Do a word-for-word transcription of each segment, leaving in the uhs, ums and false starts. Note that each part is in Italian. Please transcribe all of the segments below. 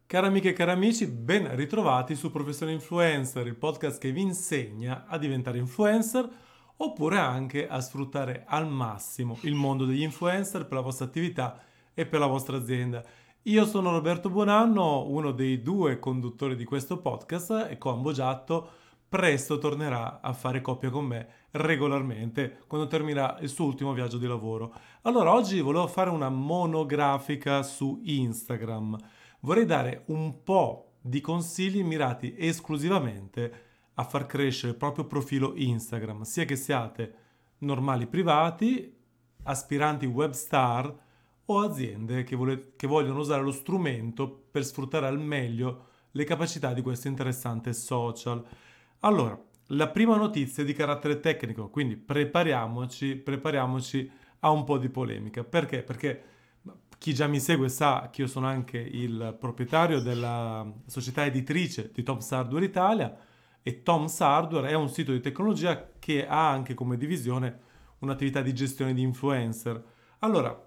Cari amiche e cari amici, ben ritrovati su Professione Influencer, il podcast che vi insegna a diventare influencer oppure anche a sfruttare al massimo il mondo degli influencer per la vostra attività e per la vostra azienda. Io sono Roberto Buonanno, uno dei due conduttori di questo podcast e Combo Giatto presto tornerà a fare coppia con me regolarmente quando terminerà il suo ultimo viaggio di lavoro. Allora, oggi volevo fare una monografica su Instagram. Vorrei dare un po' di consigli mirati esclusivamente a far crescere il proprio profilo Instagram, sia che siate normali privati, aspiranti web star o aziende che, vole- che vogliono usare lo strumento per sfruttare al meglio le capacità di questo interessante social. Allora, la prima notizia è di carattere tecnico, quindi prepariamoci, prepariamoci a un po' di polemica. Perché? Perché chi già mi segue sa che io sono anche il proprietario della società editrice di Tom's Hardware Italia e Tom's Hardware è un sito di tecnologia che ha anche come divisione un'attività di gestione di influencer. Allora,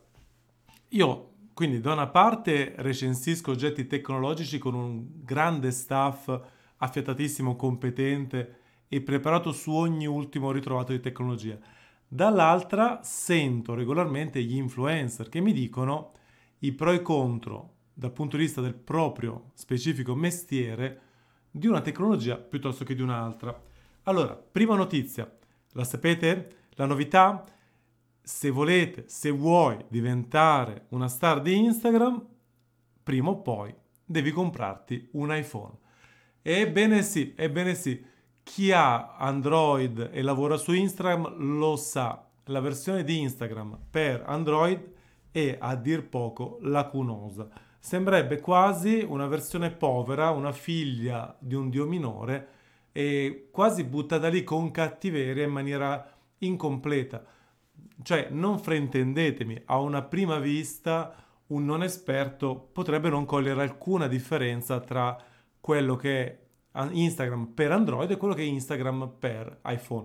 io quindi da una parte recensisco oggetti tecnologici con un grande staff affiatatissimo, competente e preparato su ogni ultimo ritrovato di tecnologia. Dall'altra sento regolarmente gli influencer che mi dicono i pro e i contro dal punto di vista del proprio specifico mestiere di una tecnologia piuttosto che di un'altra. Allora, prima notizia, la sapete? La novità? Se volete, se vuoi diventare una star di Instagram, prima o poi devi comprarti un iPhone. Ebbene sì, ebbene sì, chi ha Android e lavora su Instagram lo sa. La versione di Instagram per Android è a dir poco lacunosa. Sembrerebbe quasi una versione povera, una figlia di un dio minore e quasi buttata lì con cattiveria in maniera incompleta. Cioè, non fraintendetemi, a una prima vista un non esperto potrebbe non cogliere alcuna differenza tra quello che è Instagram per Android e quello che è Instagram per iPhone.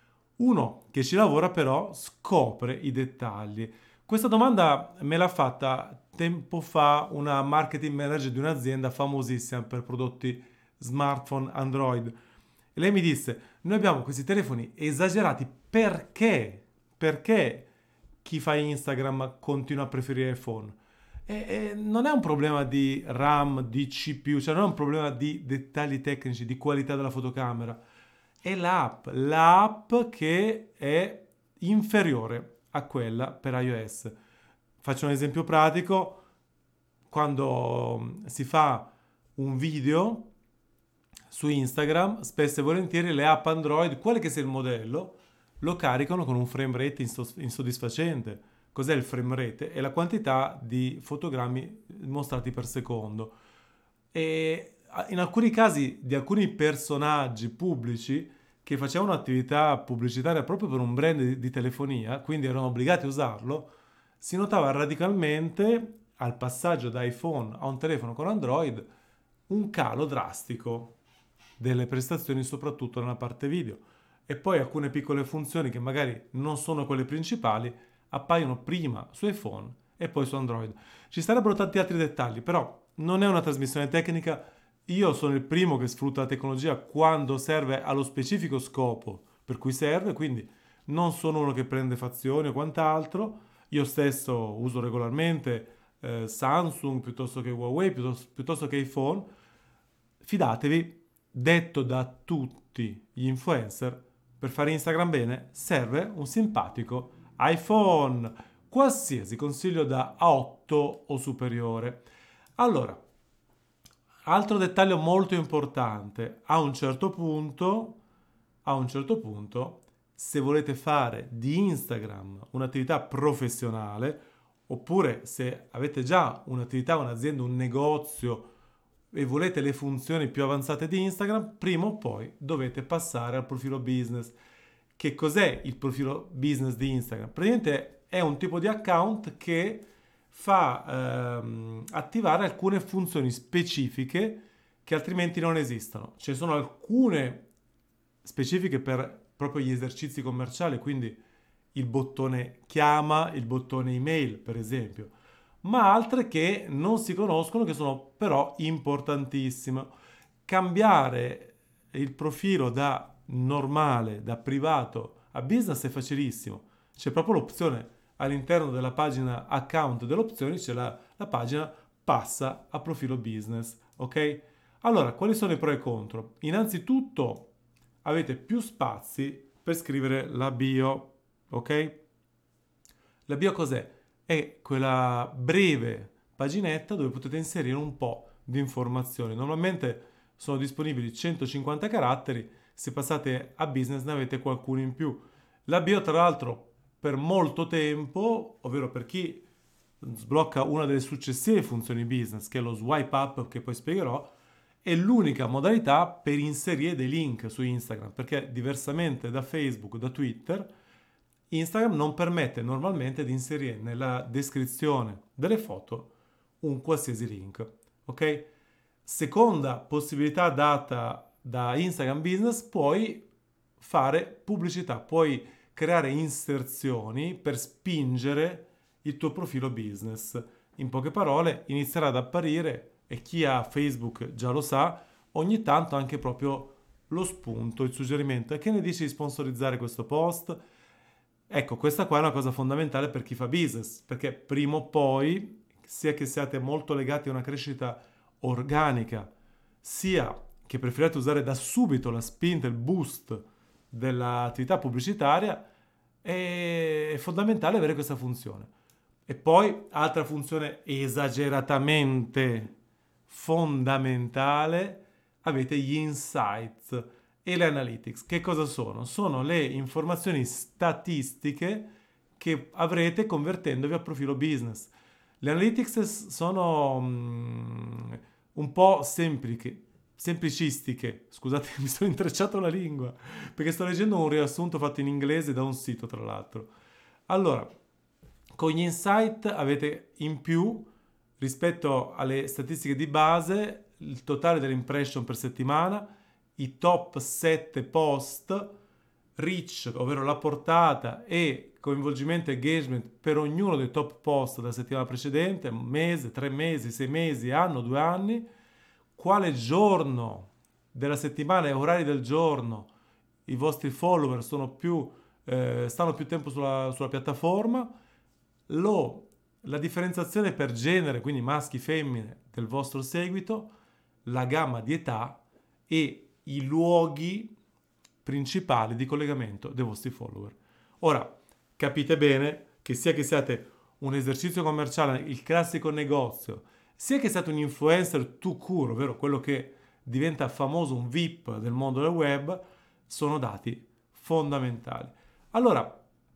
Uno che ci lavora però scopre i dettagli. Questa domanda me l'ha fatta tempo fa una marketing manager di un'azienda famosissima per prodotti smartphone Android. E lei mi disse, noi abbiamo questi telefoni esagerati perché? Perché chi fa Instagram continua a preferire iPhone? E, e non è un problema di RAM, di C P U, cioè non è un problema di dettagli tecnici, di qualità della fotocamera. È l'app, l'app che è inferiore a quella per iOS. Faccio un esempio pratico, quando mm, si fa un video su Instagram, spesso e volentieri le app Android, quale che sia il modello, lo caricano con un frame rate insos- insoddisfacente. Cos'è il frame rate? È la quantità di fotogrammi mostrati per secondo. E in alcuni casi di alcuni personaggi pubblici che facevano attività pubblicitaria proprio per un brand di, di telefonia, quindi erano obbligati a usarlo, si notava radicalmente al passaggio da iPhone a un telefono con Android un calo drastico delle prestazioni, soprattutto nella parte video. E poi alcune piccole funzioni che magari non sono quelle principali appaiono prima su iPhone e poi su Android. Ci sarebbero tanti altri dettagli, però non è una trasmissione tecnica. Io sono il primo che sfrutta la tecnologia quando serve allo specifico scopo per cui serve, quindi non sono uno che prende fazioni o quant'altro. Io stesso uso regolarmente eh, Samsung piuttosto che Huawei, piuttosto, piuttosto che iPhone. Fidatevi, detto da tutti gli influencer, per fare Instagram bene serve un simpatico iPhone, qualsiasi consiglio da A otto o superiore. Allora, altro dettaglio molto importante, a un certo punto, a un certo punto, se volete fare di Instagram un'attività professionale, oppure se avete già un'attività, un'azienda, un negozio e volete le funzioni più avanzate di Instagram, prima o poi dovete passare al profilo business. Che cos'è il profilo business di Instagram? Praticamente è un tipo di account che fa ehm, attivare alcune funzioni specifiche che altrimenti non esistono. Ci sono alcune specifiche per proprio gli esercizi commerciali, quindi il bottone chiama, il bottone email, per esempio. ma altre che non si conoscono, che sono però importantissime. Cambiare il profilo da normale, da privato a business è facilissimo. C'è proprio l'opzione all'interno della pagina account delle opzioni, c'è la, la pagina passa a profilo business, ok? Allora, quali sono i pro e i contro? Innanzitutto avete più spazi per scrivere la bio, ok? La bio cos'è? È quella breve paginetta dove potete inserire un po' di informazioni. Normalmente sono disponibili centocinquanta caratteri, se passate a business ne avete qualcuno in più. La bio, tra l'altro, per molto tempo, ovvero per chi sblocca una delle successive funzioni business, che è lo swipe up, che poi spiegherò, è l'unica modalità per inserire dei link su Instagram, perché diversamente da Facebook, da Twitter, Instagram non permette normalmente di inserire nella descrizione delle foto un qualsiasi link, ok? Seconda possibilità data da Instagram Business, puoi fare pubblicità, puoi creare inserzioni per spingere il tuo profilo business. In poche parole, inizierà ad apparire, e chi ha Facebook già lo sa, ogni tanto anche proprio lo spunto, il suggerimento. E che ne dici di sponsorizzare questo post? Ecco, questa qua è una cosa fondamentale per chi fa business, perché prima o poi, sia che siate molto legati a una crescita organica, sia che preferite usare da subito la spinta, il boost dell'attività pubblicitaria, è fondamentale avere questa funzione. E poi, altra funzione esageratamente fondamentale, avete gli insights e le analytics. Che cosa sono? Sono le informazioni statistiche che avrete convertendovi a profilo business. Le analytics sono mm, un po' semplici, semplicistiche. Scusate, mi sono intrecciato la lingua perché sto leggendo un riassunto fatto in inglese da un sito, tra l'altro. Allora, con gli insight avete in più, rispetto alle statistiche di base, il totale delle impression per settimana, i top sette post, reach, ovvero la portata, e coinvolgimento e engagement per ognuno dei top post della settimana precedente, un mese, tre mesi, sei mesi, anno, due anni, quale giorno della settimana e orari del giorno i vostri follower sono più, eh, stanno più tempo sulla, sulla piattaforma, lo, la differenziazione per genere, quindi maschi, femmine, del vostro seguito, la gamma di età e i luoghi principali di collegamento dei vostri follower. Ora, capite bene che sia che siate un esercizio commerciale, il classico negozio, sia che siate un influencer tout court, ovvero quello che diventa famoso, un V I P del mondo del web, sono dati fondamentali. Allora,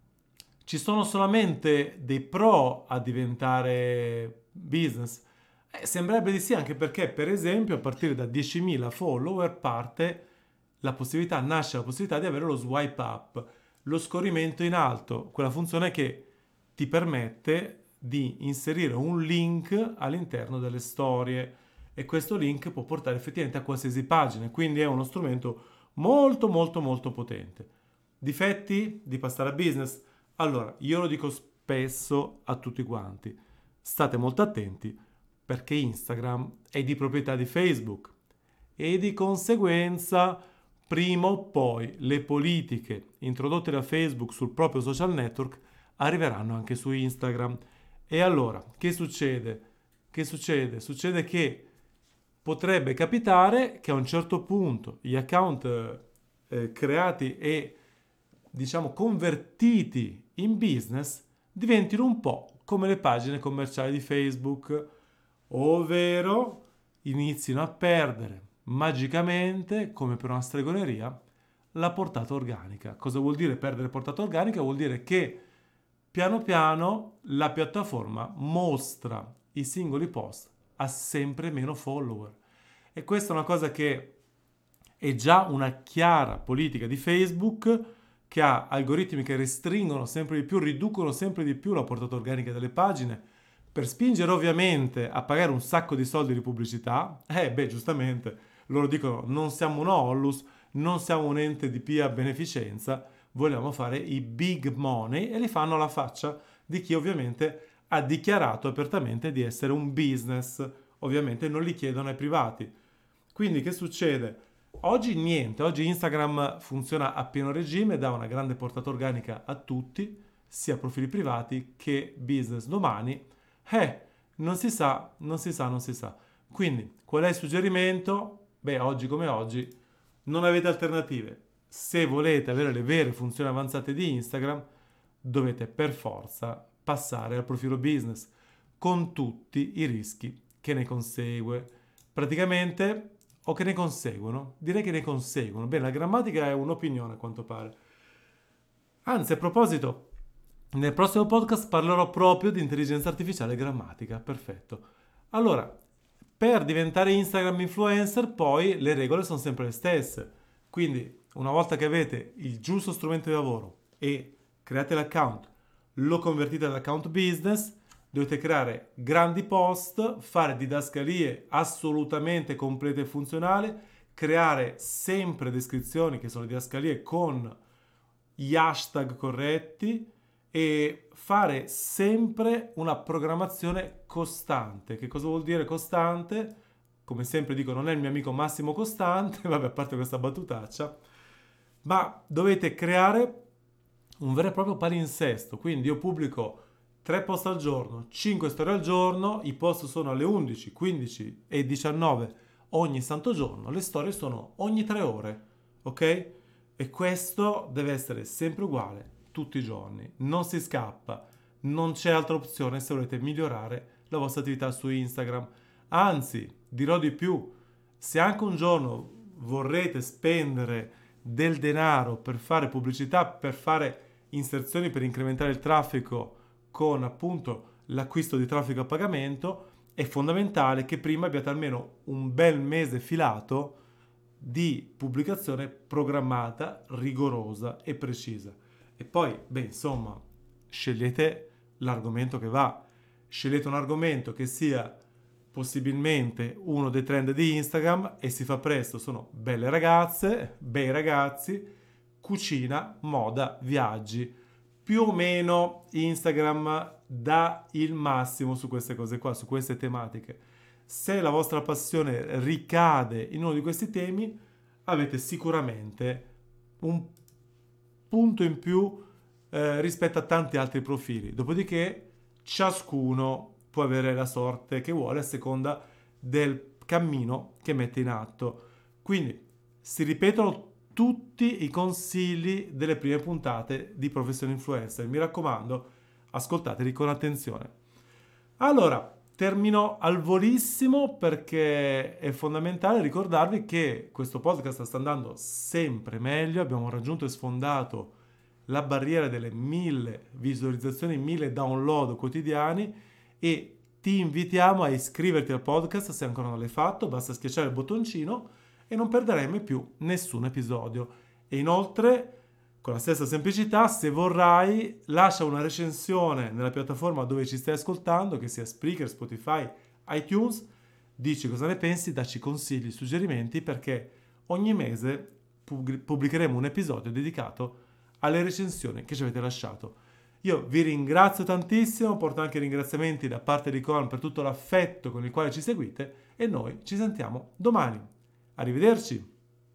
ci sono solamente dei pro a diventare business? Eh, sembrerebbe di sì, anche perché, per esempio, a partire da diecimila follower parte la possibilità, nasce la possibilità di avere lo swipe up, lo scorrimento in alto, quella funzione che ti permette di inserire un link all'interno delle storie, e questo link può portare effettivamente a qualsiasi pagina, quindi è uno strumento molto molto molto potente. Difetti di passare a business? Allora, io lo dico spesso a tutti quanti, state molto attenti perché Instagram è di proprietà di Facebook e di conseguenza prima o poi le politiche introdotte da Facebook sul proprio social network arriveranno anche su Instagram. E allora, che succede? Che succede? Succede che potrebbe capitare che a un certo punto gli account eh, creati e diciamo convertiti in business diventino un po' come le pagine commerciali di Facebook, ovvero inizino a perdere magicamente, come per una stregoneria, la portata organica. Cosa vuol dire perdere portata organica? Vuol dire che piano piano la piattaforma mostra i singoli post a sempre meno follower. E questa è una cosa che è già una chiara politica di Facebook, che ha algoritmi che restringono sempre di più, riducono sempre di più la portata organica delle pagine, per spingere ovviamente a pagare un sacco di soldi di pubblicità. Eh beh, giustamente, loro dicono non siamo un Ollus, non siamo un ente di pia beneficenza, vogliamo fare i big money, e li fanno alla faccia di chi ovviamente ha dichiarato apertamente di essere un business. Ovviamente non li chiedono ai privati. Quindi che succede? Oggi niente, oggi Instagram funziona a pieno regime, dà una grande portata organica a tutti, sia profili privati che business. Domani, eh, non si sa, non si sa, non si sa. Quindi, qual è il suggerimento? Beh, oggi come oggi, non avete alternative. Se volete avere le vere funzioni avanzate di Instagram, dovete per forza passare al profilo business, con tutti i rischi che ne consegue. Praticamente, o che ne conseguono? Direi che ne conseguono. Bene, la grammatica è un'opinione a quanto pare. Anzi, a proposito, nel prossimo podcast parlerò proprio di intelligenza artificiale e grammatica. Perfetto. Allora, per diventare Instagram influencer, poi le regole sono sempre le stesse. Quindi, una volta che avete il giusto strumento di lavoro e create l'account, lo convertite all'account business, dovete creare grandi post, fare didascalie assolutamente complete e funzionali, creare sempre descrizioni che sono le didascalie con gli hashtag corretti e fare sempre una programmazione costante. Che cosa vuol dire costante? Come sempre dico, non è il mio amico Massimo Costante, vabbè, a parte questa battutaccia, ma dovete creare un vero e proprio palinsesto. Quindi io pubblico tre post al giorno, cinque storie al giorno, i post sono alle undici, quindici e diciannove ogni santo giorno, le storie sono ogni tre ore, ok? E questo deve essere sempre uguale tutti i giorni, non si scappa, non c'è altra opzione se volete migliorare la vostra attività su Instagram. Anzi, dirò di più, se anche un giorno vorrete spendere del denaro per fare pubblicità, per fare inserzioni, per incrementare il traffico con appunto l'acquisto di traffico a pagamento, è fondamentale che prima abbiate almeno un bel mese filato di pubblicazione programmata, rigorosa e precisa. E poi, beh, insomma, scegliete l'argomento che va. Scegliete un argomento che sia possibilmente uno dei trend di Instagram e si fa presto. Sono belle ragazze, bei ragazzi, cucina, moda, viaggi. Più o meno Instagram dà il massimo su queste cose qua, su queste tematiche. Se la vostra passione ricade in uno di questi temi, avete sicuramente un punto in più eh, rispetto a tanti altri profili. Dopodiché ciascuno può avere la sorte che vuole a seconda del cammino che mette in atto. Quindi si ripetono tutti i consigli delle prime puntate di Professione Influencer. Mi raccomando, ascoltateli con attenzione. Allora, termino al volissimo perché è fondamentale ricordarvi che questo podcast sta andando sempre meglio. Abbiamo raggiunto e sfondato la barriera delle mille visualizzazioni, mille download quotidiani e ti invitiamo a iscriverti al podcast se ancora non l'hai fatto. Basta schiacciare il bottoncino e non perderai mai più nessun episodio. E inoltre, con la stessa semplicità, se vorrai, lascia una recensione nella piattaforma dove ci stai ascoltando, che sia Spreaker, Spotify, iTunes, dici cosa ne pensi, dacci consigli, suggerimenti, perché ogni mese pubblicheremo un episodio dedicato alle recensioni che ci avete lasciato. Io vi ringrazio tantissimo, porto anche ringraziamenti da parte di Colm per tutto l'affetto con il quale ci seguite e noi ci sentiamo domani. Arrivederci!